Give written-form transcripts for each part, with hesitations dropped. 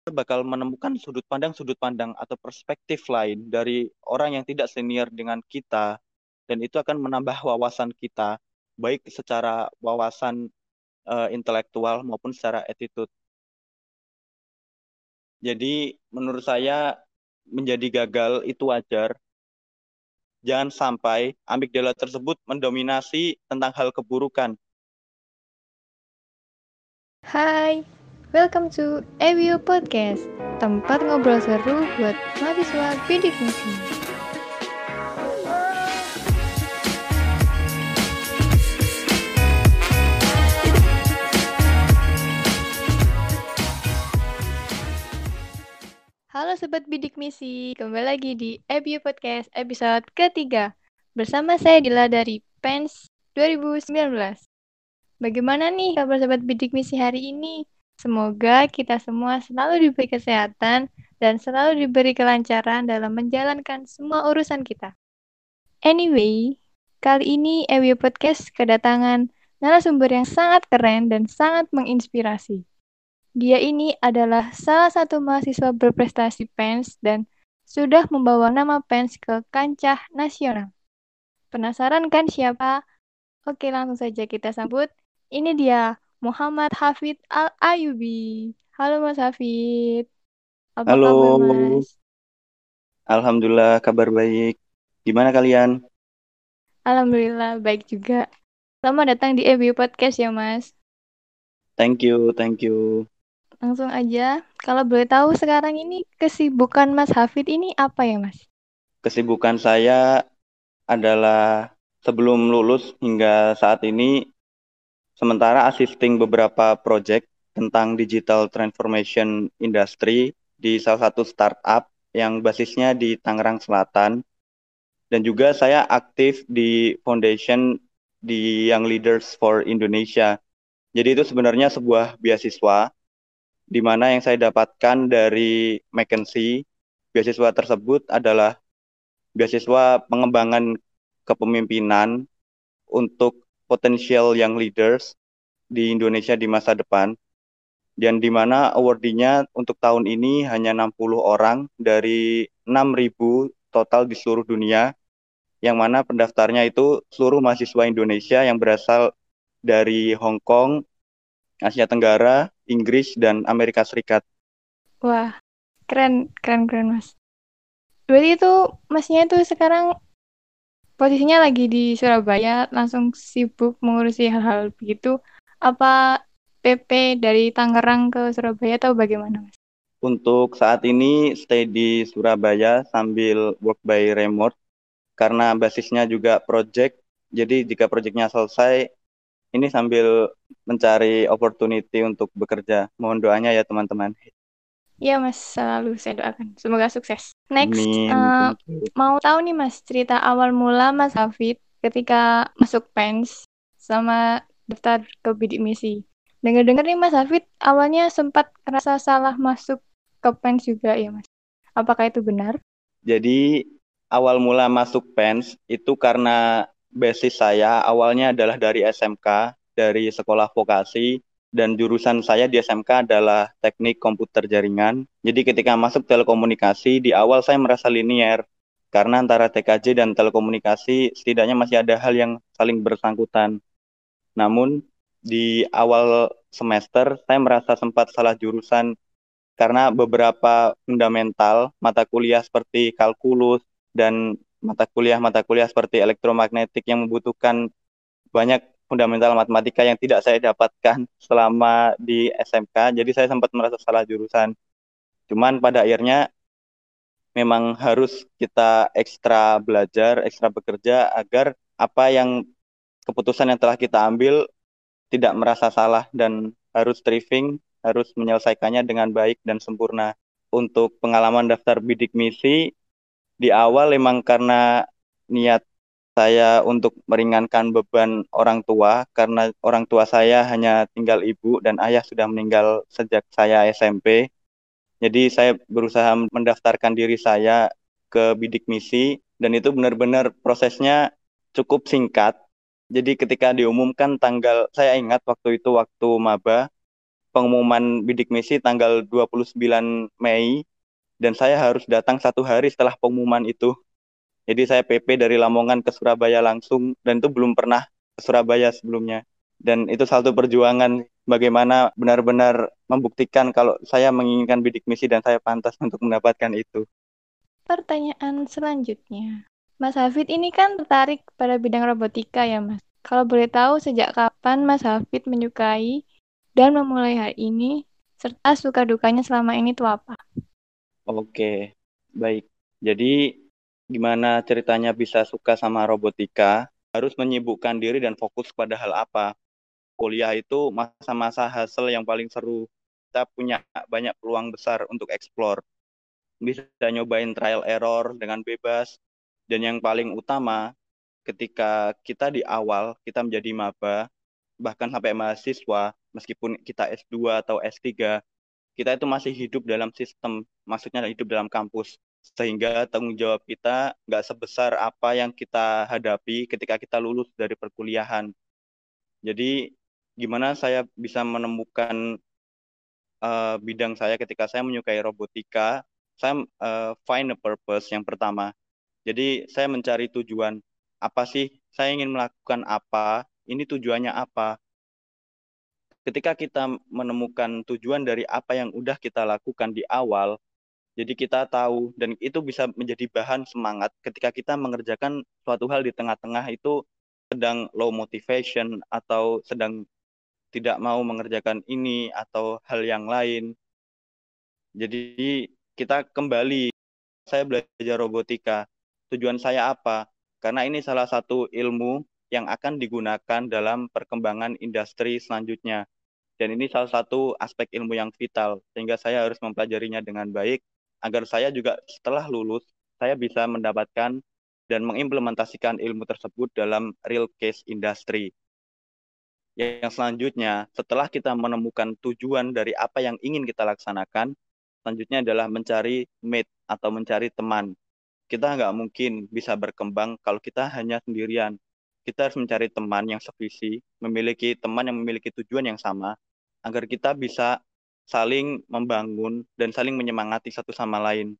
bakal menemukan sudut pandang atau perspektif lain dari orang yang tidak senior dengan kita, dan itu akan menambah wawasan kita, baik secara wawasan intelektual maupun secara attitude. Jadi menurut saya menjadi gagal itu wajar. Jangan sampai amigdala tersebut mendominasi tentang hal keburukan. Hai, welcome to EBU Podcast, tempat ngobrol seru buat mahasiswa bidik misi. Halo Sobat Bidik Misi, kembali lagi di EBU Podcast episode ketiga. Bersama saya Dila dari PENS 2019. Bagaimana nih kabar Sobat Bidik Misi hari ini? Semoga kita semua selalu diberi kesehatan dan selalu diberi kelancaran dalam menjalankan semua urusan kita. Anyway, kali ini EBU Podcast kedatangan narasumber yang sangat keren dan sangat menginspirasi. Dia ini adalah salah satu mahasiswa berprestasi PENS dan sudah membawa nama PENS ke kancah nasional. Penasaran kan siapa? Oke, langsung saja kita sambut. Ini dia, Muhammad Hafid Al-Ayubi. Halo Mas Hafid. Apa Halo, kabar Mas? alhamdulillah kabar baik. Gimana kalian? Alhamdulillah, baik juga. Selamat datang di EBU Podcast ya Mas. Thank you, thank you. Langsung aja, kalau boleh tahu sekarang ini kesibukan Mas Hafid ini apa ya Mas? Kesibukan saya adalah sebelum lulus hingga saat ini sementara assisting beberapa project tentang digital transformation industry di salah satu startup yang basisnya di Tangerang Selatan. Dan juga saya aktif di foundation di Young Leaders for Indonesia. Jadi itu sebenarnya sebuah beasiswa di mana yang saya dapatkan dari McKinsey. Beasiswa tersebut adalah beasiswa pengembangan kepemimpinan untuk potential young leaders di Indonesia di masa depan. Dan di mana awardee-nya untuk tahun ini hanya 60 orang dari 6.000 total di seluruh dunia, yang mana pendaftarnya itu seluruh mahasiswa Indonesia yang berasal dari Hong Kong, Asia Tenggara, Inggris, dan Amerika Serikat. Wah, keren Mas. Berarti itu Masnya itu sekarang posisinya lagi di Surabaya, langsung sibuk mengurusi hal-hal begitu. Apa PP dari Tangerang ke Surabaya atau bagaimana Mas? Untuk saat ini stay di Surabaya sambil work by remote karena basisnya juga project. Jadi jika projectnya selesai, ini sambil mencari opportunity untuk bekerja. Mohon doanya ya teman-teman. Iya Mas, selalu saya doakan. Semoga sukses. Next, Amin. Thank you. mau tahu nih Mas, cerita awal mula Mas Hafid ketika masuk PENS sama daftar ke bidik misi. Dengar-dengar nih Mas Hafid awalnya sempat ngerasa salah masuk ke PENS juga ya Mas. Apakah itu benar? Jadi awal mula masuk PENS itu karena basis saya awalnya adalah dari SMK, dari sekolah vokasi, dan jurusan saya di SMK adalah teknik komputer jaringan. Jadi ketika masuk telekomunikasi, di awal saya merasa linier, karena antara TKJ dan telekomunikasi setidaknya masih ada hal yang saling bersangkutan. Namun di awal semester saya merasa sempat salah jurusan karena beberapa fundamental mata kuliah seperti kalkulus dan mata kuliah seperti elektromagnetik yang membutuhkan banyak fundamental matematika yang tidak saya dapatkan selama di SMK. Jadi saya sempat merasa salah jurusan. Cuman pada akhirnya memang harus kita ekstra belajar, ekstra bekerja agar apa yang keputusan yang telah kita ambil tidak merasa salah dan harus striving, harus menyelesaikannya dengan baik dan sempurna. Untuk pengalaman daftar bidik misi, di awal emang karena niat saya untuk meringankan beban orang tua, karena orang tua saya hanya tinggal ibu dan ayah sudah meninggal sejak saya SMP. Jadi saya berusaha mendaftarkan diri saya ke bidik misi, dan itu benar-benar prosesnya cukup singkat. Jadi ketika diumumkan tanggal, saya ingat waktu itu waktu maba, pengumuman bidik misi tanggal 29 Mei dan saya harus datang 1 hari setelah pengumuman itu. Jadi saya PP dari Lamongan ke Surabaya langsung dan itu belum pernah ke Surabaya sebelumnya. Dan itu satu perjuangan bagaimana benar-benar membuktikan kalau saya menginginkan bidik misi dan saya pantas untuk mendapatkan itu. Pertanyaan selanjutnya. Mas Hafid ini kan tertarik pada bidang robotika ya, Mas. Kalau boleh tahu sejak kapan Mas Hafid menyukai dan memulai hal ini, serta suka dukanya selama ini itu apa? Oke, baik. Jadi gimana ceritanya bisa suka sama robotika? Harus menyibukkan diri dan fokus pada hal apa? Kuliah itu masa-masa hasil yang paling seru. Kita punya banyak peluang besar untuk explore. Bisa nyobain trial error dengan bebas. Dan yang paling utama, ketika kita di awal, kita menjadi maba, bahkan sampai mahasiswa, meskipun kita S2 atau S3, kita itu masih hidup dalam sistem, maksudnya hidup dalam kampus. Sehingga tanggung jawab kita nggak sebesar apa yang kita hadapi ketika kita lulus dari perkuliahan. Jadi, gimana saya bisa menemukan bidang saya ketika saya menyukai robotika, saya find a purpose yang pertama. Jadi saya mencari tujuan, apa sih saya ingin melakukan apa, ini tujuannya apa. Ketika kita menemukan tujuan dari apa yang udah kita lakukan di awal, jadi kita tahu dan itu bisa menjadi bahan semangat ketika kita mengerjakan suatu hal di tengah-tengah itu sedang low motivation atau sedang tidak mau mengerjakan ini atau hal yang lain. Jadi kita kembali, saya belajar robotika. Tujuan saya apa? Karena ini salah satu ilmu yang akan digunakan dalam perkembangan industri selanjutnya. Dan ini salah satu aspek ilmu yang vital, sehingga saya harus mempelajarinya dengan baik, agar saya juga setelah lulus, saya bisa mendapatkan dan mengimplementasikan ilmu tersebut dalam real case industry. Yang selanjutnya, setelah kita menemukan tujuan dari apa yang ingin kita laksanakan, selanjutnya adalah mencari mate atau mencari teman. Kita nggak mungkin bisa berkembang kalau kita hanya sendirian. Kita harus mencari teman yang sevisi, memiliki teman yang memiliki tujuan yang sama, agar kita bisa saling membangun dan saling menyemangati satu sama lain.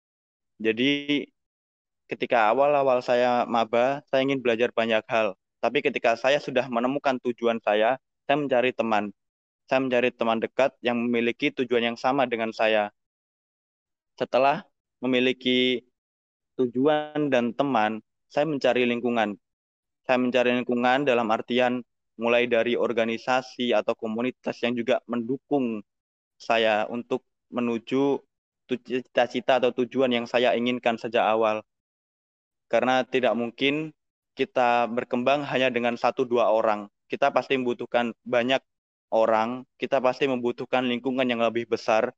Jadi ketika awal-awal saya maba, saya ingin belajar banyak hal. Tapi ketika saya sudah menemukan tujuan saya mencari teman. Saya mencari teman dekat yang memiliki tujuan yang sama dengan saya. Setelah memiliki tujuan dan teman, saya mencari lingkungan. Saya mencari lingkungan dalam artian mulai dari organisasi atau komunitas yang juga mendukung saya untuk menuju cita-cita atau tujuan yang saya inginkan sejak awal. Karena tidak mungkin kita berkembang hanya dengan 1-2 orang. Kita pasti membutuhkan banyak orang, kita pasti membutuhkan lingkungan yang lebih besar.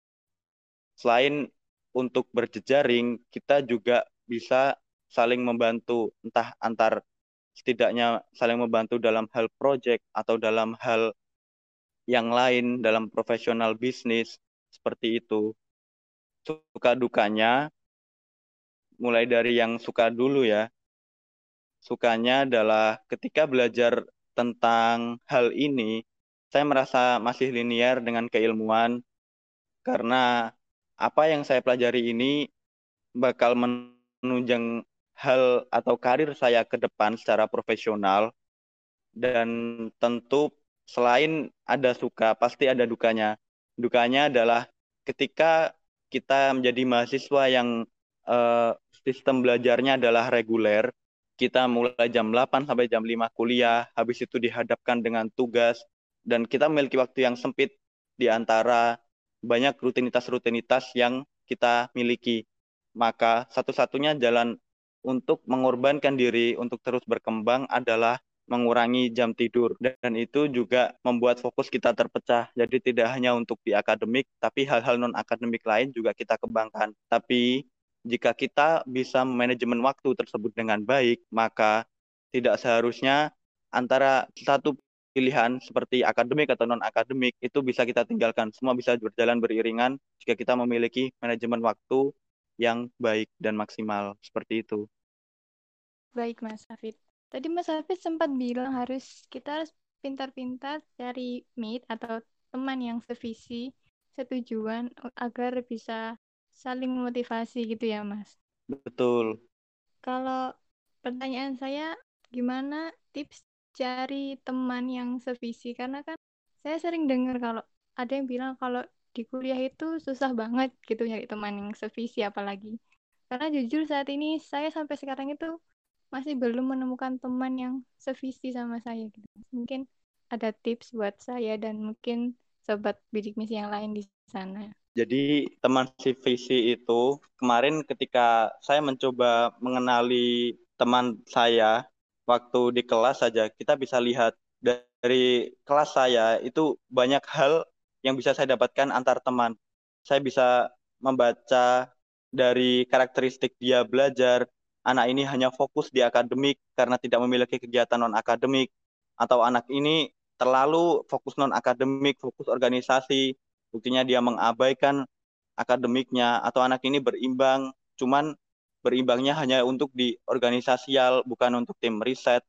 Selain untuk berjejaring, kita juga bisa saling membantu, entah antar setidaknya saling membantu dalam hal project atau dalam hal yang lain, dalam profesional bisnis, seperti itu. Suka dukanya, mulai dari yang suka dulu ya. Sukanya adalah ketika belajar tentang hal ini, saya merasa masih linier dengan keilmuan karena apa yang saya pelajari ini bakal menunjang hal atau karir saya ke depan secara profesional dan tentu selain ada suka, pasti ada dukanya. Dukanya adalah ketika kita menjadi mahasiswa yang eh, sistem belajarnya adalah reguler, kita mulai jam 8 sampai jam 5 kuliah, habis itu dihadapkan dengan tugas, dan kita memiliki waktu yang sempit di antara banyak rutinitas-rutinitas yang kita miliki. Maka satu-satunya jalan untuk mengorbankan diri untuk terus berkembang adalah mengurangi jam tidur dan itu juga membuat fokus kita terpecah. Jadi tidak hanya untuk di akademik, tapi hal-hal non akademik lain juga kita kembangkan. Tapi jika kita bisa manajemen waktu tersebut dengan baik, maka tidak seharusnya antara satu pilihan seperti akademik atau non akademik itu bisa kita tinggalkan. Semua bisa berjalan beriringan jika kita memiliki manajemen waktu yang baik dan maksimal seperti itu. Baik, Mas Hafid. Tadi Mas Hafid sempat bilang kita harus pintar-pintar cari mate atau teman yang sevisi, setujuan agar bisa saling memotivasi gitu ya, Mas. Betul. Kalau pertanyaan saya, gimana tips cari teman yang sevisi? Karena kan saya sering dengar kalau ada yang bilang kalau di kuliah itu susah banget gitu nyari teman yang sevisi apalagi. Karena jujur saat ini saya sampai sekarang itu masih belum menemukan teman yang sevisi sama saya gitu. Mungkin ada tips buat saya dan mungkin sobat bidik misi yang lain di sana. Jadi teman CVC itu kemarin ketika saya mencoba mengenali teman saya waktu di kelas saja, kita bisa lihat dari kelas saya itu banyak hal yang bisa saya dapatkan antar teman. Saya bisa membaca dari karakteristik dia belajar, anak ini hanya fokus di akademik karena tidak memiliki kegiatan non-akademik, atau anak ini terlalu fokus non-akademik, fokus organisasi, buktinya dia mengabaikan akademiknya, atau anak ini berimbang, cuman berimbangnya hanya untuk di organisasial, bukan untuk tim riset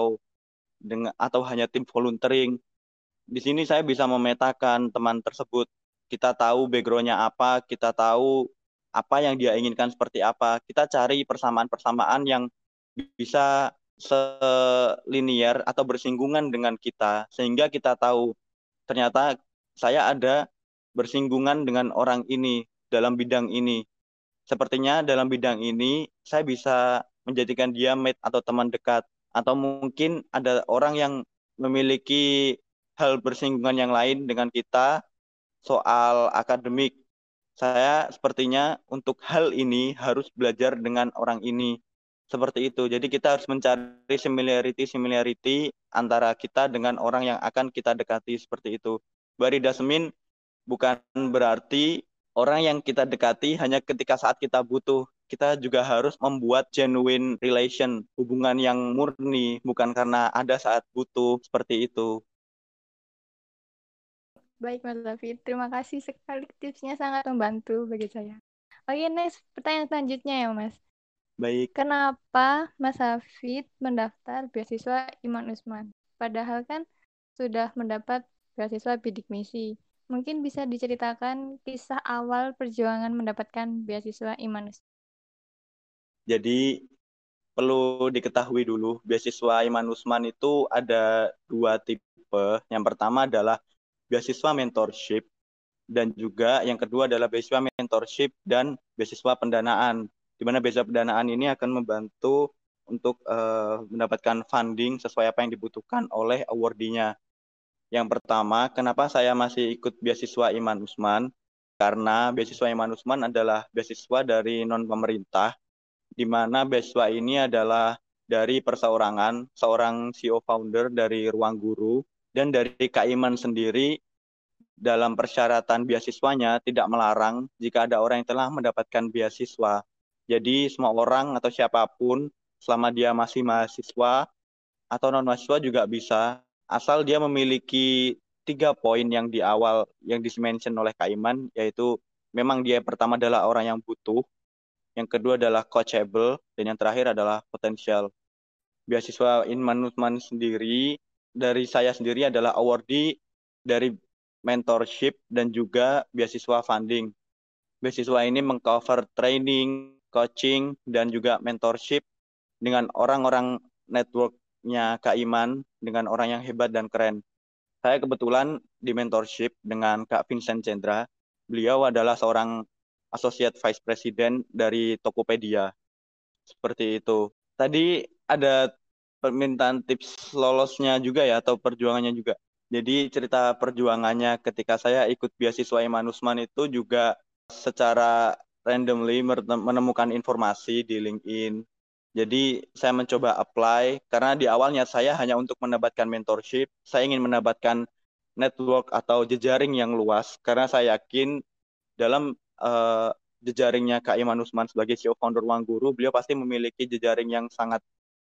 atau hanya tim volunteering. Di sini saya bisa memetakan teman tersebut. Kita tahu backgroundnya apa, kita tahu apa yang dia inginkan seperti apa. Kita cari persamaan-persamaan yang bisa selinier atau bersinggungan dengan kita, sehingga kita tahu ternyata saya ada bersinggungan dengan orang ini dalam bidang ini. Sepertinya dalam bidang ini saya bisa menjadikan dia mate atau teman dekat. Atau mungkin ada orang yang memiliki hal bersinggungan yang lain dengan kita soal akademik. Saya sepertinya untuk hal ini harus belajar dengan orang ini. Seperti itu. Jadi kita harus mencari similarity antara kita dengan orang yang akan kita dekati seperti itu. Bari Dasmin bukan berarti orang yang kita dekati hanya ketika saat kita butuh. Kita juga harus membuat genuine relation, hubungan yang murni, bukan karena ada saat butuh, seperti itu. Baik, Mas David. Terima kasih sekali. Tipsnya sangat membantu bagi saya. Oke, next. Pertanyaan selanjutnya ya, Mas. Baik, Kenapa Mas Hafid mendaftar beasiswa Iman Usman? Padahal kan sudah mendapat beasiswa bidik misi. Mungkin bisa diceritakan kisah awal perjuangan mendapatkan beasiswa Iman Usman. jadi perlu diketahui dulu, beasiswa Iman Usman itu ada dua tipe. Yang pertama adalah beasiswa mentorship, dan juga yang kedua adalah beasiswa mentorship dan beasiswa pendanaan. Di mana beasiswa pendanaan ini akan membantu untuk mendapatkan funding sesuai apa yang dibutuhkan oleh awardee-nya. Yang pertama, kenapa saya masih ikut beasiswa Iman Usman? Karena beasiswa Iman Usman adalah beasiswa dari non-pemerintah, di mana beasiswa ini adalah dari perseorangan, seorang CEO founder dari Ruang Guru, dan dari Kak Iman sendiri dalam persyaratan beasiswanya tidak melarang jika ada orang yang telah mendapatkan beasiswa. Jadi semua orang atau siapapun selama dia masih mahasiswa atau non-mahasiswa juga bisa, asal dia memiliki 3 poin yang di awal yang dimention oleh Kak Iman, yaitu memang dia pertama adalah orang yang butuh, yang kedua adalah coachable, dan yang terakhir adalah potensial. Beasiswa Inmanusman sendiri, dari saya sendiri adalah awardee dari mentorship dan juga beasiswa funding. Beasiswa ini mengcover training, coaching, dan juga mentorship dengan orang-orang networknya Kak Iman, dengan orang yang hebat dan keren. Saya kebetulan di mentorship dengan Kak Vincent Chandra. Beliau adalah seorang Associate Vice President dari Tokopedia. Seperti itu. Tadi ada permintaan tips lolosnya juga ya, atau perjuangannya juga. Jadi cerita perjuangannya ketika saya ikut beasiswa Iman Usman itu juga secara randomly menemukan informasi di LinkedIn. Jadi saya mencoba apply karena di awalnya saya hanya untuk mendapatkan mentorship, saya ingin mendapatkan network atau jejaring yang luas karena saya yakin dalam jejaringnya Kak Iman Usman sebagai CEO founder Ruang Guru, beliau pasti memiliki jejaring yang sangat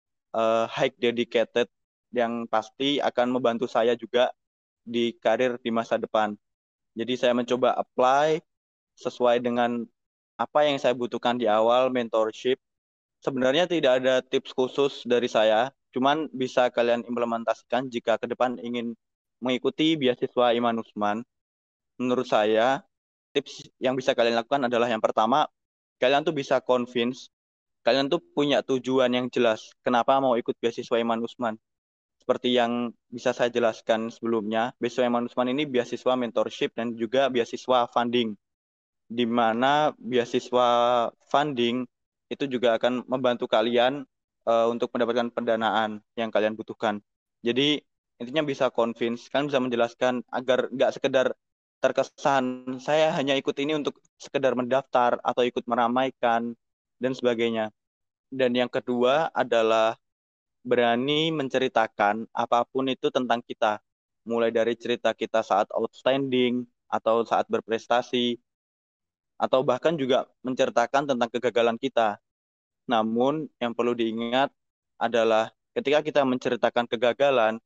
high dedicated yang pasti akan membantu saya juga di karir di masa depan. Jadi saya mencoba apply sesuai dengan apa yang saya butuhkan di awal mentorship. Sebenarnya tidak ada tips khusus dari saya, cuman bisa kalian implementasikan jika ke depan ingin mengikuti beasiswa Iman Usman, menurut saya tips yang bisa kalian lakukan adalah yang pertama, kalian tuh bisa convince, kalian tuh punya tujuan yang jelas kenapa mau ikut beasiswa Iman Usman. Seperti yang bisa saya jelaskan sebelumnya, beasiswa Iman Usman ini beasiswa mentorship dan juga beasiswa funding, di mana beasiswa funding itu juga akan membantu kalian untuk mendapatkan pendanaan yang kalian butuhkan. Jadi intinya bisa convince, kalian bisa menjelaskan agar nggak sekedar terkesan saya hanya ikut ini untuk sekedar mendaftar atau ikut meramaikan dan sebagainya. Dan yang kedua adalah berani menceritakan apapun itu tentang kita. Mulai dari cerita kita saat outstanding atau saat berprestasi, atau bahkan juga menceritakan tentang kegagalan kita. Namun yang perlu diingat adalah ketika kita menceritakan kegagalan,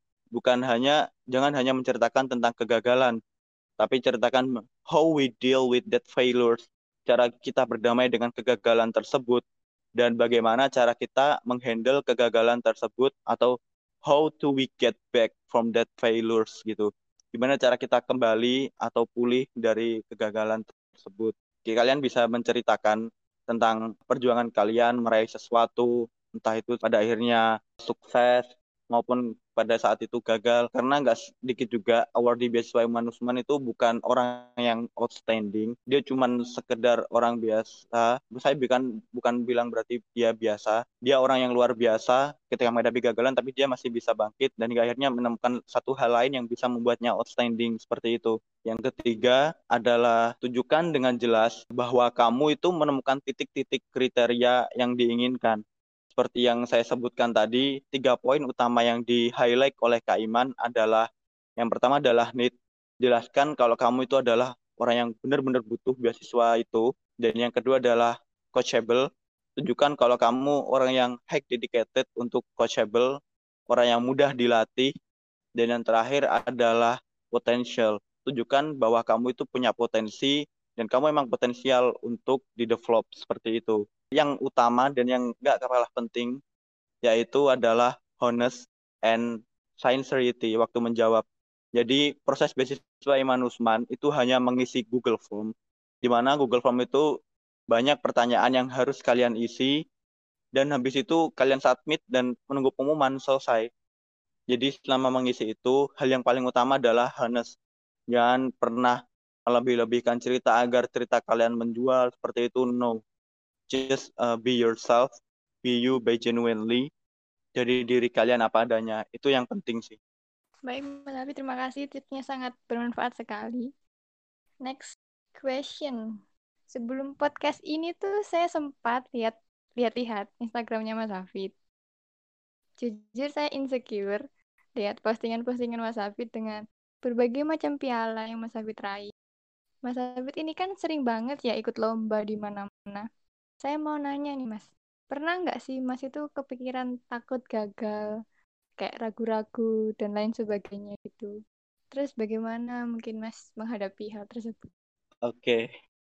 jangan hanya menceritakan tentang kegagalan, tapi ceritakan how we deal with that failures, cara kita berdamai dengan kegagalan tersebut, dan bagaimana cara kita menghandle kegagalan tersebut, atau how to we get back from that failures gitu. Gimana cara kita kembali atau pulih dari kegagalan tersebut. Jadi, kalian bisa menceritakan tentang perjuangan kalian meraih sesuatu, entah itu pada akhirnya sukses maupun pada saat itu gagal, karena nggak sedikit juga awardee beasiswa Iman Usman itu bukan orang yang outstanding, dia cuma sekedar orang biasa. Saya bukan bilang berarti dia biasa, dia orang yang luar biasa ketika menghadapi kegagalan, tapi dia masih bisa bangkit dan hingga akhirnya menemukan satu hal lain yang bisa membuatnya outstanding seperti itu. Yang ketiga adalah tunjukkan dengan jelas bahwa kamu itu menemukan titik-titik kriteria yang diinginkan. Seperti yang saya sebutkan tadi, 3 poin utama yang di-highlight oleh Kak Iman adalah, yang pertama adalah need. Jelaskan kalau kamu itu adalah orang yang benar-benar butuh beasiswa itu. Dan yang kedua adalah coachable. Tunjukkan kalau kamu orang yang high dedicated untuk coachable, orang yang mudah dilatih. Dan yang terakhir adalah potential. Tunjukkan bahwa kamu itu punya potensi dan kamu memang potensial untuk di-develop seperti itu. Yang utama dan yang nggak kalah penting yaitu adalah honest and sincerity waktu menjawab. Jadi proses beasiswa Iman Usman itu hanya mengisi Google Form, di mana Google Form itu banyak pertanyaan yang harus kalian isi, dan habis itu kalian submit dan menunggu pengumuman selesai. Jadi selama mengisi itu, hal yang paling utama adalah honest. Jangan pernah melebih-lebihkan cerita agar cerita kalian menjual seperti itu, no. Just be yourself, be you by genuinely. Jadi diri kalian apa adanya, itu yang penting sih. Baik, Mas Hafid, terima kasih. Tipsnya sangat bermanfaat sekali. Next question. Sebelum podcast ini tuh saya sempat lihat-lihat Instagramnya Mas Hafid. Jujur saya insecure lihat postingan-postingan Mas Hafid dengan berbagai macam piala yang Mas Hafid raih. Mas Hafid ini kan sering banget ya ikut lomba di mana-mana. Saya mau nanya nih Mas, pernah nggak sih Mas itu kepikiran takut gagal, kayak ragu-ragu dan lain sebagainya gitu? Terus bagaimana mungkin Mas menghadapi hal tersebut? Oke,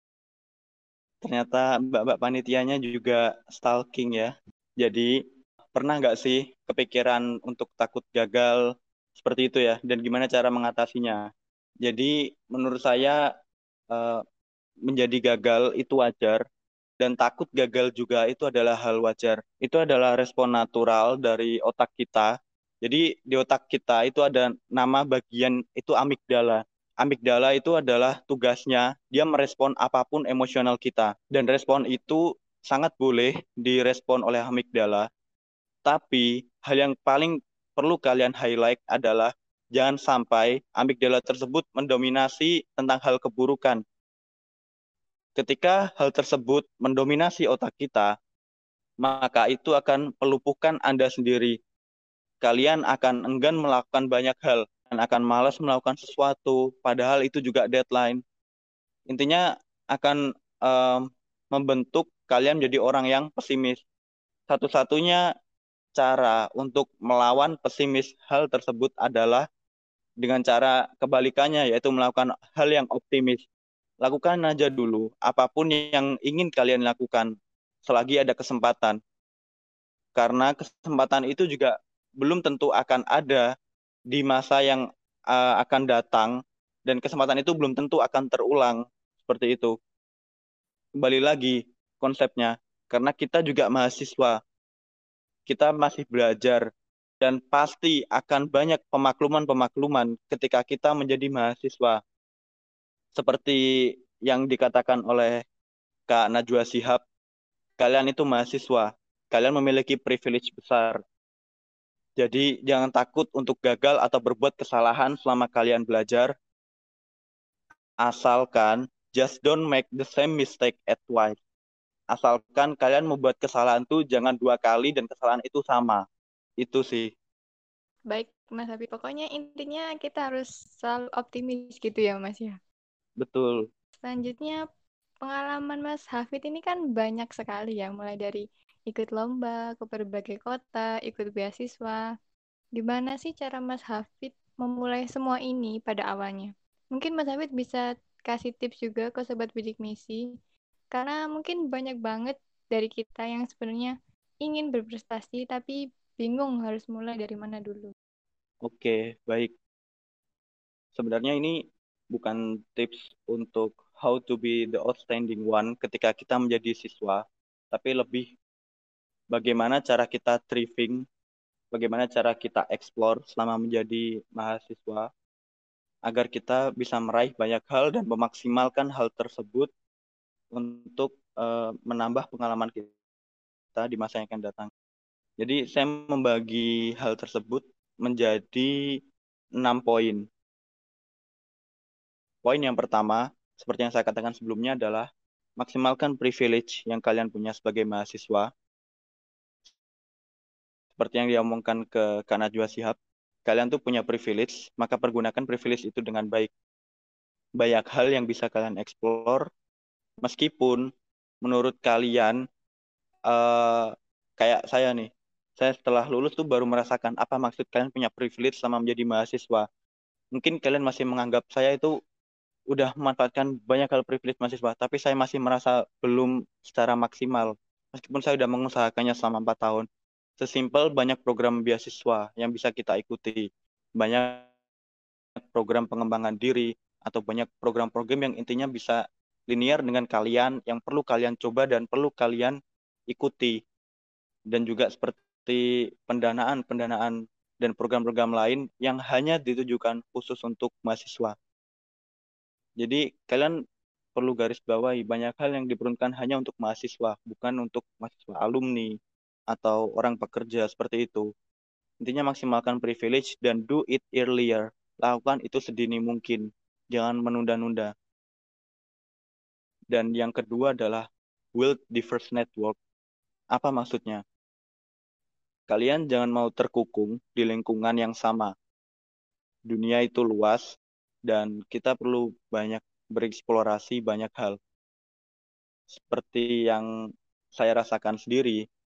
ternyata mbak-mbak panitianya juga stalking ya. Jadi pernah nggak sih kepikiran untuk takut gagal seperti itu ya? Dan gimana cara mengatasinya? Jadi menurut saya eh, menjadi gagal itu wajar, dan takut gagal juga itu adalah hal wajar. Itu adalah respon natural dari otak kita. Jadi di otak kita itu ada nama bagian itu amigdala. Amigdala itu adalah tugasnya, dia merespon apapun emosional kita. Dan respon itu sangat boleh direspon oleh amigdala. Tapi hal yang paling perlu kalian highlight adalah jangan sampai amigdala tersebut mendominasi tentang hal keburukan. Ketika hal tersebut mendominasi otak kita, maka itu akan melumpuhkan Anda sendiri. Kalian akan enggan melakukan banyak hal dan akan malas melakukan sesuatu, padahal itu juga deadline. Intinya akan membentuk kalian menjadi orang yang pesimis. Satu-satunya cara untuk melawan pesimis hal tersebut adalah dengan cara kebalikannya, yaitu melakukan hal yang optimis. Lakukan aja dulu apapun yang ingin kalian lakukan selagi ada kesempatan. Karena kesempatan itu juga belum tentu akan ada di masa yang akan datang dan kesempatan itu belum tentu akan terulang seperti itu. Kembali lagi konsepnya, karena kita juga mahasiswa, kita masih belajar dan pasti akan banyak pemakluman-pemakluman ketika kita menjadi mahasiswa. Seperti yang dikatakan oleh Kak Najwa Shihab, kalian itu mahasiswa, kalian memiliki privilege besar. Jadi jangan takut untuk gagal atau berbuat kesalahan selama kalian belajar, asalkan just don't make the same mistake at twice. Asalkan kalian membuat kesalahan tuh jangan 2 kali dan kesalahan itu sama. Itu sih, Baik, Mas Habib. Pokoknya intinya kita harus selalu optimis gitu ya, Mas ya. betul. Selanjutnya, pengalaman Mas Hafid ini kan banyak sekali ya, mulai dari ikut lomba ke berbagai kota, ikut beasiswa. Gimana sih cara Mas Hafid memulai semua ini pada awalnya? Mungkin Mas Hafid bisa kasih tips juga ke Sobat Bidik Misi, karena mungkin banyak banget dari kita yang sebenarnya ingin berprestasi, tapi bingung harus mulai dari mana dulu. Oke, baik. Sebenarnya ini bukan tips untuk how to be the outstanding one ketika kita menjadi siswa, tapi lebih bagaimana cara kita thriving, bagaimana cara kita explore selama menjadi mahasiswa, agar kita bisa meraih banyak hal dan memaksimalkan hal tersebut untuk menambah pengalaman kita di masa yang akan datang. Jadi saya membagi hal tersebut menjadi 6 poin. Poin yang pertama, seperti yang saya katakan sebelumnya adalah maksimalkan privilege yang kalian punya sebagai mahasiswa. Seperti yang diomongkan ke Kak Najwa Shihab, kalian tuh punya privilege, maka pergunakan privilege itu dengan baik. Banyak hal yang bisa kalian explore, meskipun menurut kalian, eh, kayak saya nih, saya setelah lulus tuh baru merasakan apa maksud kalian punya privilege selama menjadi mahasiswa. Mungkin kalian masih menganggap saya itu udah memanfaatkan banyak hal privilege mahasiswa, tapi saya masih merasa belum secara maksimal. Meskipun saya udah mengusahakannya selama 4 tahun. Sesimpel banyak program beasiswa yang bisa kita ikuti. Banyak program pengembangan diri, atau banyak program-program yang intinya bisa linear dengan kalian, yang perlu kalian coba dan perlu kalian ikuti. Dan juga seperti pendanaan-pendanaan dan program-program lain yang hanya ditujukan khusus untuk mahasiswa. Jadi kalian perlu garis bawahi banyak hal yang diperuntukkan hanya untuk mahasiswa, bukan untuk mahasiswa alumni atau orang pekerja seperti itu. Intinya maksimalkan privilege dan do it earlier. Lakukan itu sedini mungkin. Jangan menunda-nunda. Dan yang kedua adalah build diverse network. Apa maksudnya? Kalian jangan mau terkukung di lingkungan yang sama. Dunia itu luas dan kita perlu banyak bereksplorasi banyak hal. Seperti yang saya rasakan sendiri,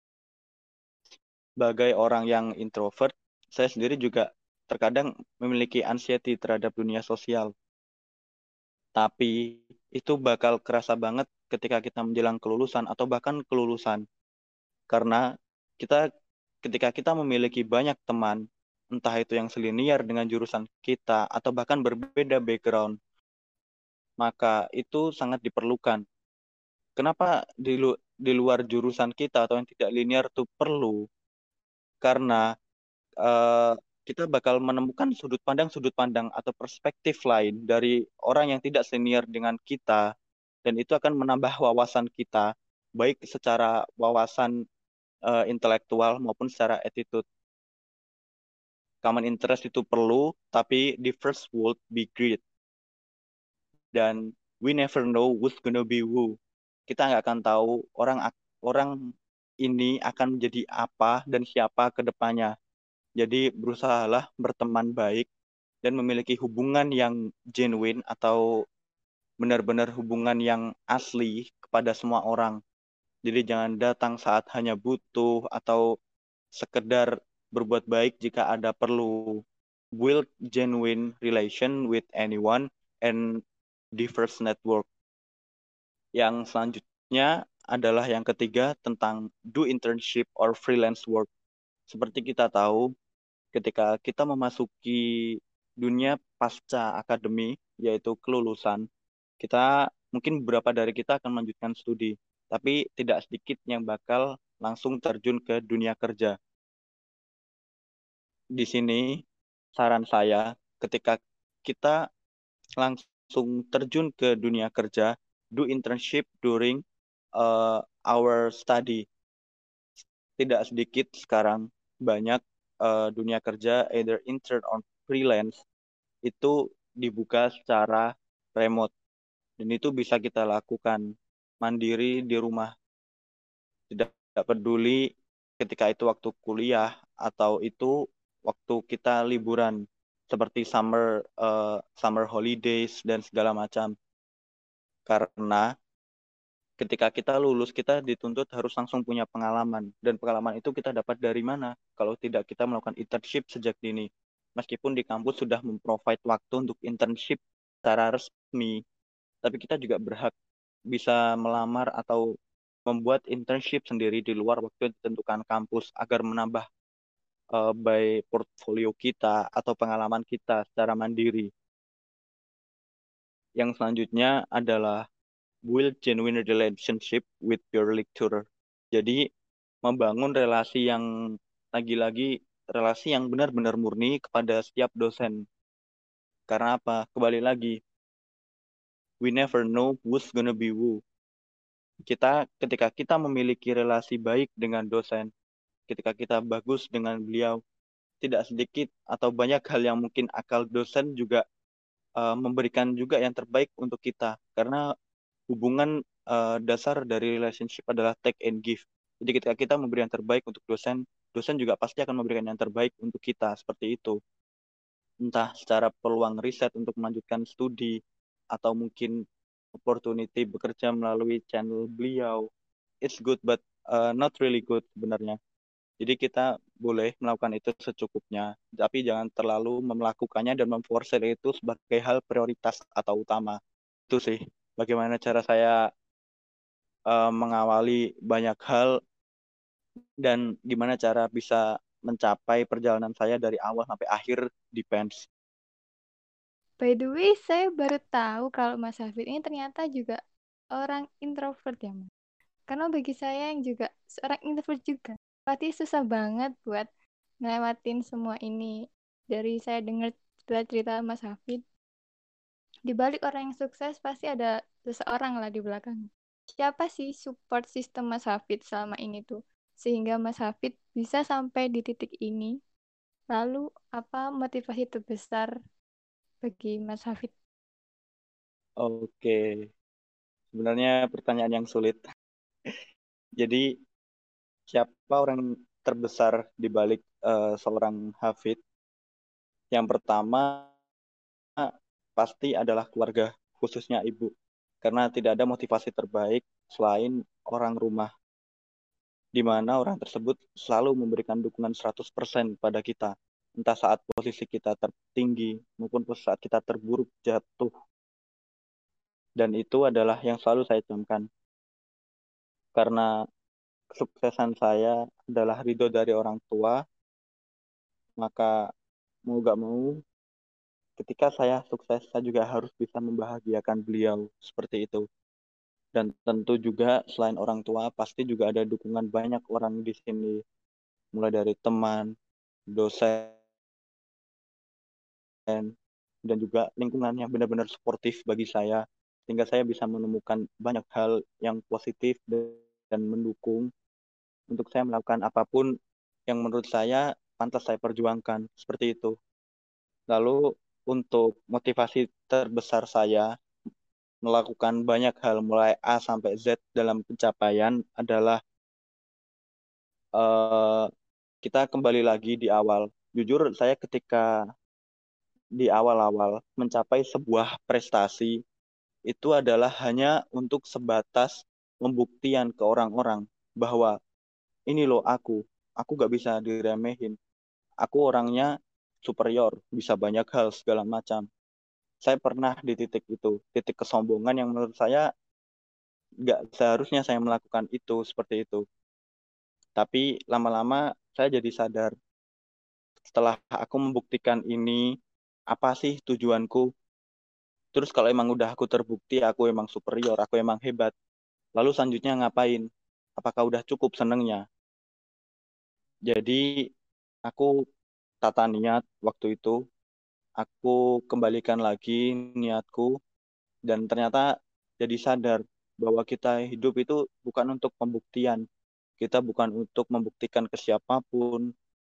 sebagai orang yang introvert, saya sendiri juga terkadang memiliki anxiety terhadap dunia sosial. Tapi itu bakal kerasa banget ketika kita menjelang kelulusan atau bahkan kelulusan. Karena kita ketika kita memiliki banyak teman, entah itu yang selinier dengan jurusan kita atau bahkan berbeda background, maka itu sangat diperlukan. Kenapa di luar jurusan kita atau yang tidak linear itu perlu? Karena eh, kita bakal menemukan sudut pandang atau perspektif lain dari orang yang tidak senior dengan kita, dan itu akan menambah wawasan kita, baik secara wawasan intelektual maupun secara attitude. Common interest itu perlu, tapi the first would be great. Dan we never know who's gonna be who. Kita nggak akan tahu orang ini akan menjadi apa dan siapa ke depannya. Jadi berusahalah berteman baik dan memiliki hubungan yang genuine atau benar-benar hubungan yang asli kepada semua orang. Jadi jangan datang saat hanya butuh atau sekedar berbuat baik jika ada perlu. Build genuine relation with anyone and diverse network. Yang selanjutnya adalah yang ketiga tentang do internship or freelance work. Seperti kita tahu, ketika kita memasuki dunia pasca akademi, yaitu kelulusan, kita mungkin beberapa dari kita akan melanjutkan studi, tapi tidak sedikit yang bakal langsung terjun ke dunia kerja. Di sini saran saya ketika kita langsung terjun ke dunia kerja, do internship during our study. Tidak sedikit sekarang banyak dunia kerja either intern or freelance itu dibuka secara remote dan itu bisa kita lakukan mandiri di rumah. Tidak peduli ketika itu waktu kuliah atau itu waktu kita liburan seperti summer holidays dan segala macam. Karena ketika kita lulus kita dituntut harus langsung punya pengalaman dan pengalaman itu kita dapat dari mana kalau tidak kita melakukan internship sejak dini. Meskipun di kampus sudah memprovide waktu untuk internship secara resmi, tapi kita juga berhak bisa melamar atau membuat internship sendiri di luar waktu yang ditentukan kampus agar menambah by portfolio kita atau pengalaman kita secara mandiri. Yang selanjutnya adalah build genuine relationship with your lecturer. Jadi membangun relasi yang lagi-lagi relasi yang benar-benar murni kepada setiap dosen. Karena apa? Kembali lagi, we never know who's gonna be who. Ketika kita memiliki relasi baik dengan dosen, ketika kita bagus dengan beliau, tidak sedikit atau banyak hal yang mungkin akal dosen juga memberikan juga yang terbaik untuk kita. Karena hubungan dasar dari relationship adalah take and give. Jadi ketika kita memberi yang terbaik untuk dosen, dosen juga pasti akan memberikan yang terbaik untuk kita, seperti itu. Entah secara peluang riset untuk melanjutkan studi, atau mungkin opportunity bekerja melalui channel beliau. It's good, but not really good sebenarnya. Jadi kita boleh melakukan itu secukupnya, tapi jangan terlalu melakukannya dan memforsir itu sebagai hal prioritas atau utama. Itu sih, bagaimana cara saya mengawali banyak hal dan gimana cara bisa mencapai perjalanan saya dari awal sampai akhir di PENS. By the way, saya baru tahu kalau Mas Hafid ini ternyata juga orang introvert ya, Mas. Karena bagi saya yang juga seorang introvert juga, pasti susah banget buat ngelewatin semua ini. Dari saya dengar cerita-cerita Mas Hafid, di balik orang yang sukses pasti ada seseorang lah di belakang. Siapa sih support sistem Mas Hafid selama ini tuh? Sehingga Mas Hafid bisa sampai di titik ini. Lalu apa motivasi terbesar bagi Mas Hafid? Oke, sebenarnya pertanyaan yang sulit. Jadi siapa orang terbesar di balik seorang Hafid? Yang pertama pasti adalah keluarga, khususnya ibu. Karena tidak ada motivasi terbaik selain orang rumah, di mana orang tersebut selalu memberikan dukungan 100% pada kita. Entah saat posisi kita tertinggi maupun saat kita terburuk jatuh. Dan itu adalah yang selalu saya camkan. Karena kesuksesan saya adalah ridho dari orang tua, maka mau gak mau, ketika saya sukses, saya juga harus bisa membahagiakan beliau seperti itu. Dan tentu juga selain orang tua, pasti juga ada dukungan banyak orang di sini, mulai dari teman, dosen, dan juga lingkungan yang benar-benar suportif bagi saya, sehingga saya bisa menemukan banyak hal yang positif dan mendukung untuk saya melakukan apapun yang menurut saya pantas saya perjuangkan, seperti itu. Lalu untuk motivasi terbesar saya melakukan banyak hal mulai A sampai Z dalam pencapaian adalah eh, kita kembali lagi di awal. Jujur saya ketika di awal-awal mencapai sebuah prestasi itu adalah hanya untuk sebatas pembuktian ke orang-orang bahwa ini loh aku gak bisa diremehin. Aku orangnya superior, bisa banyak hal segala macam. Saya pernah di titik itu, titik kesombongan yang menurut saya nggak seharusnya saya melakukan itu seperti itu. Tapi lama-lama saya jadi sadar setelah aku membuktikan ini, apa sih tujuanku. Terus kalau emang udah aku terbukti aku emang superior, aku emang hebat, lalu selanjutnya ngapain? Apakah udah cukup senengnya? Jadi aku tata niat waktu itu, aku kembalikan lagi niatku, dan ternyata jadi sadar bahwa kita hidup itu bukan untuk pembuktian, kita bukan untuk membuktikan ke siapapun,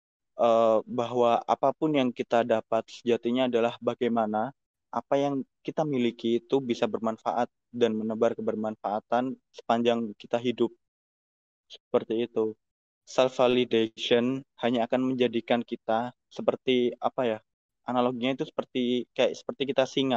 bahwa apapun yang kita dapat sejatinya adalah bagaimana apa yang kita miliki itu bisa bermanfaat dan menebar kebermanfaatan sepanjang kita hidup. Seperti itu. Self validation hanya akan menjadikan kita seperti apa ya? Analoginya itu seperti kita singa.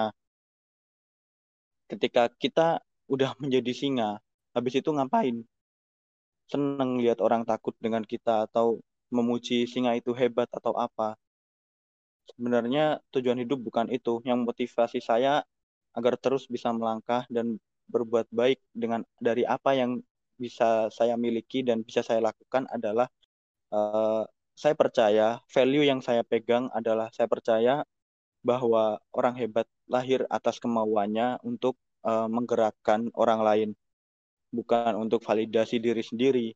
Ketika kita udah menjadi singa, habis itu ngapain? Seneng lihat orang takut dengan kita atau memuji singa itu hebat atau apa? Sebenarnya tujuan hidup bukan itu. Yang motivasi saya agar terus bisa melangkah dan berbuat baik dengan dari apa yang bisa saya miliki dan bisa saya lakukan adalah, eh, saya percaya value yang saya pegang adalah saya percaya bahwa orang hebat lahir atas kemauannya untuk menggerakkan orang lain, bukan untuk validasi diri sendiri.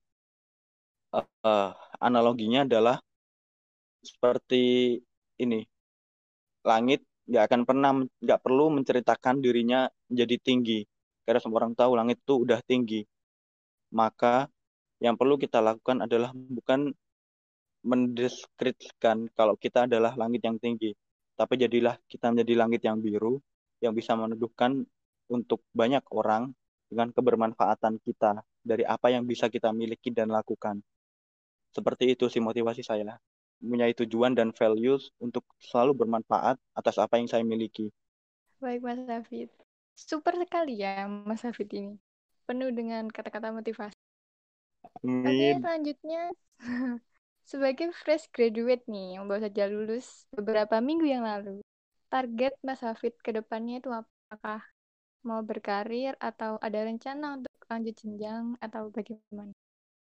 Eh, Analoginya adalah seperti ini, langit nggak perlu menceritakan dirinya menjadi tinggi, karena semua orang tahu langit itu udah tinggi. Maka yang perlu kita lakukan adalah bukan mendeskripsikan kalau kita adalah langit yang tinggi, tapi jadilah kita menjadi langit yang biru yang bisa meneduhkan untuk banyak orang dengan kebermanfaatan kita dari apa yang bisa kita miliki dan lakukan. Seperti itu sih motivasi saya. Mempunyai tujuan dan values untuk selalu bermanfaat atas apa yang saya miliki. Baik, Mas Hafid. Super sekali ya, Mas Hafid ini. Penuh dengan kata-kata motivasi. Oke, Amin. selanjutnya. Sebagai fresh graduate nih, yang baru saja lulus beberapa minggu yang lalu, target Mas Hafid ke depannya itu apakah mau berkarir atau ada rencana untuk lanjut jenjang atau bagaimana?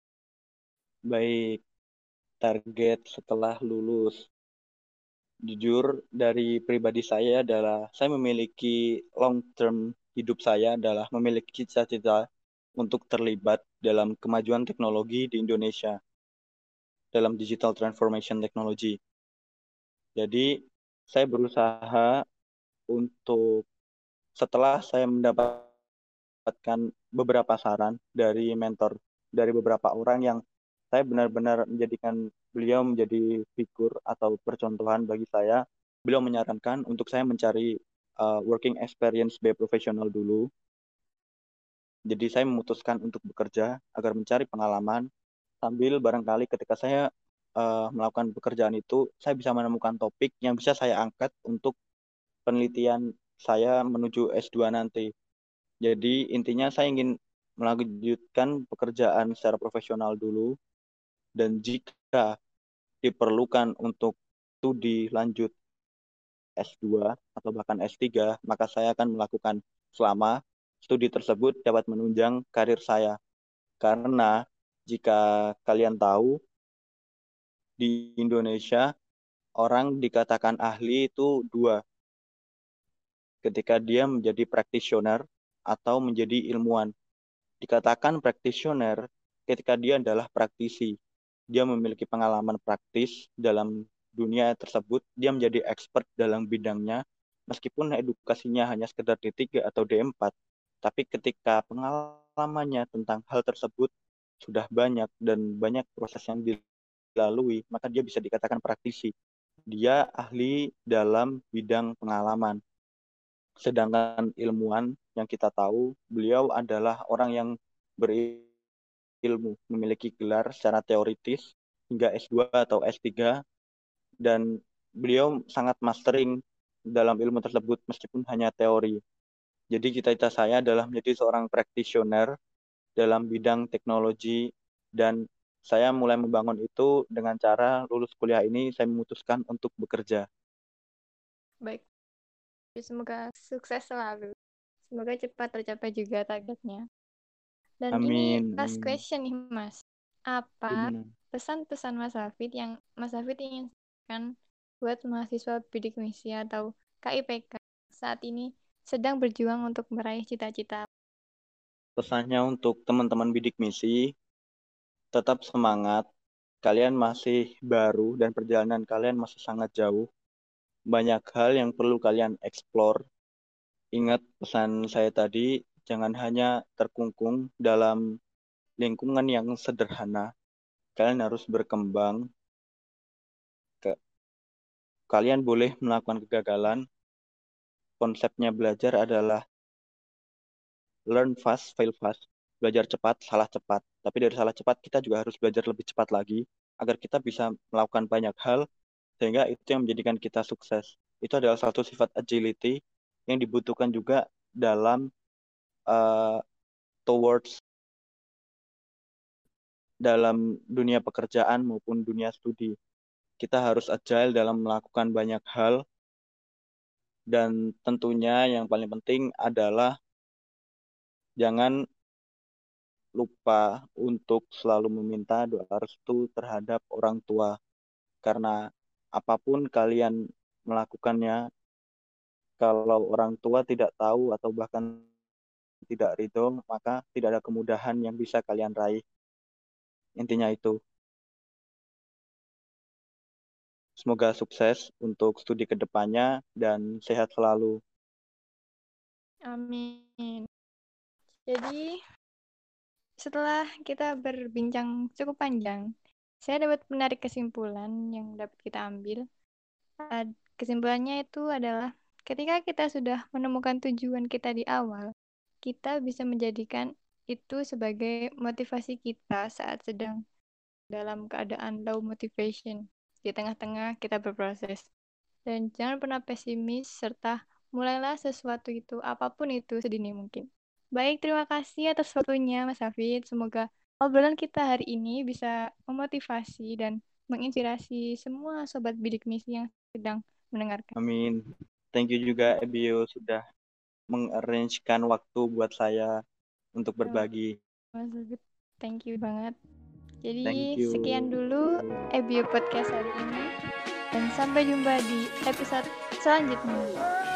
Baik, target setelah lulus. Jujur, dari pribadi saya adalah saya memiliki long term hidup saya adalah memiliki cita-cita untuk terlibat dalam kemajuan teknologi di Indonesia, dalam digital transformation technology. Jadi, saya berusaha untuk setelah saya mendapatkan beberapa saran dari mentor, dari beberapa orang yang saya benar-benar menjadikan beliau menjadi figur atau percontohan bagi saya. Beliau menyarankan untuk saya mencari working experience by professional dulu. Jadi saya memutuskan untuk bekerja agar mencari pengalaman sambil barangkali ketika saya melakukan pekerjaan itu, saya bisa menemukan topik yang bisa saya angkat untuk penelitian saya menuju S2 nanti. Jadi intinya saya ingin melanjutkan pekerjaan secara profesional dulu, dan jika diperlukan untuk studi lanjut S2 atau bahkan S3, maka saya akan melakukan selama studi tersebut dapat menunjang karir saya. Karena jika kalian tahu, di Indonesia orang dikatakan ahli itu dua, ketika dia menjadi practitioner atau menjadi ilmuwan. Dikatakan practitioner ketika dia adalah praktisi. Dia memiliki pengalaman praktis dalam dunia tersebut, dia menjadi expert dalam bidangnya, meskipun edukasinya hanya sekedar D3 atau D4, tapi ketika pengalamannya tentang hal tersebut sudah banyak dan banyak proses yang dilalui, maka dia bisa dikatakan praktisi. Dia ahli dalam bidang pengalaman. Sedangkan ilmuwan yang kita tahu, beliau adalah orang yang berilmu, memiliki gelar secara teoritis hingga S2 atau S3, dan beliau sangat mastering dalam ilmu tersebut meskipun hanya teori. Jadi cita-cita saya adalah menjadi seorang practitioner dalam bidang teknologi, dan saya mulai membangun itu dengan cara lulus kuliah ini saya memutuskan untuk bekerja. Baik, semoga sukses selalu. Semoga cepat tercapai juga targetnya. Dan ini Amin. last Amin. question nih, Mas. Apa Gimana? pesan-pesan Mas Hafid yang Mas Hafid ingin sampaikan buat mahasiswa bidik misi atau KIPK saat ini sedang berjuang untuk meraih cita-cita? Pesannya untuk teman-teman bidik misi, tetap semangat. Kalian masih baru dan perjalanan kalian masih sangat jauh. Banyak hal yang perlu kalian explore. Ingat pesan saya tadi, jangan hanya terkungkung dalam lingkungan yang sederhana. Kalian harus berkembang. Kalian boleh melakukan kegagalan. Konsepnya belajar adalah learn fast, fail fast. Belajar cepat, salah cepat. Tapi dari salah cepat, kita juga harus belajar lebih cepat lagi agar kita bisa melakukan banyak hal sehingga itu yang menjadikan kita sukses. Itu adalah satu sifat agility yang dibutuhkan juga dalam uh, towards dalam dunia pekerjaan maupun dunia studi. Kita harus agile dalam melakukan banyak hal dan tentunya yang paling penting adalah jangan lupa untuk selalu meminta doa restu terhadap orang tua karena apapun kalian melakukannya kalau orang tua tidak tahu atau bahkan tidak ridho maka tidak ada kemudahan yang bisa kalian raih. Intinya itu. Semoga sukses untuk studi kedepannya dan sehat selalu. Amin. Jadi, setelah kita berbincang cukup panjang, saya dapat menarik kesimpulan yang dapat kita ambil. Kesimpulannya itu adalah ketika kita sudah menemukan tujuan kita di awal, kita bisa menjadikan itu sebagai motivasi kita saat sedang dalam keadaan low motivation. Di tengah-tengah kita berproses. Dan jangan pernah pesimis serta mulailah sesuatu itu, apapun itu sedini mungkin. Baik, terima kasih atas waktunya Mas Hafid. Semoga obrolan kita hari ini bisa memotivasi dan menginspirasi semua sobat bidik misi yang sedang mendengarkan. Amin. Thank you juga Ebio sudah mengarrangekan waktu buat saya untuk berbagi. Mas Hafid, thank you banget. Thank Jadi sekian you. dulu Ebio Podcast hari ini dan sampai jumpa di episode selanjutnya.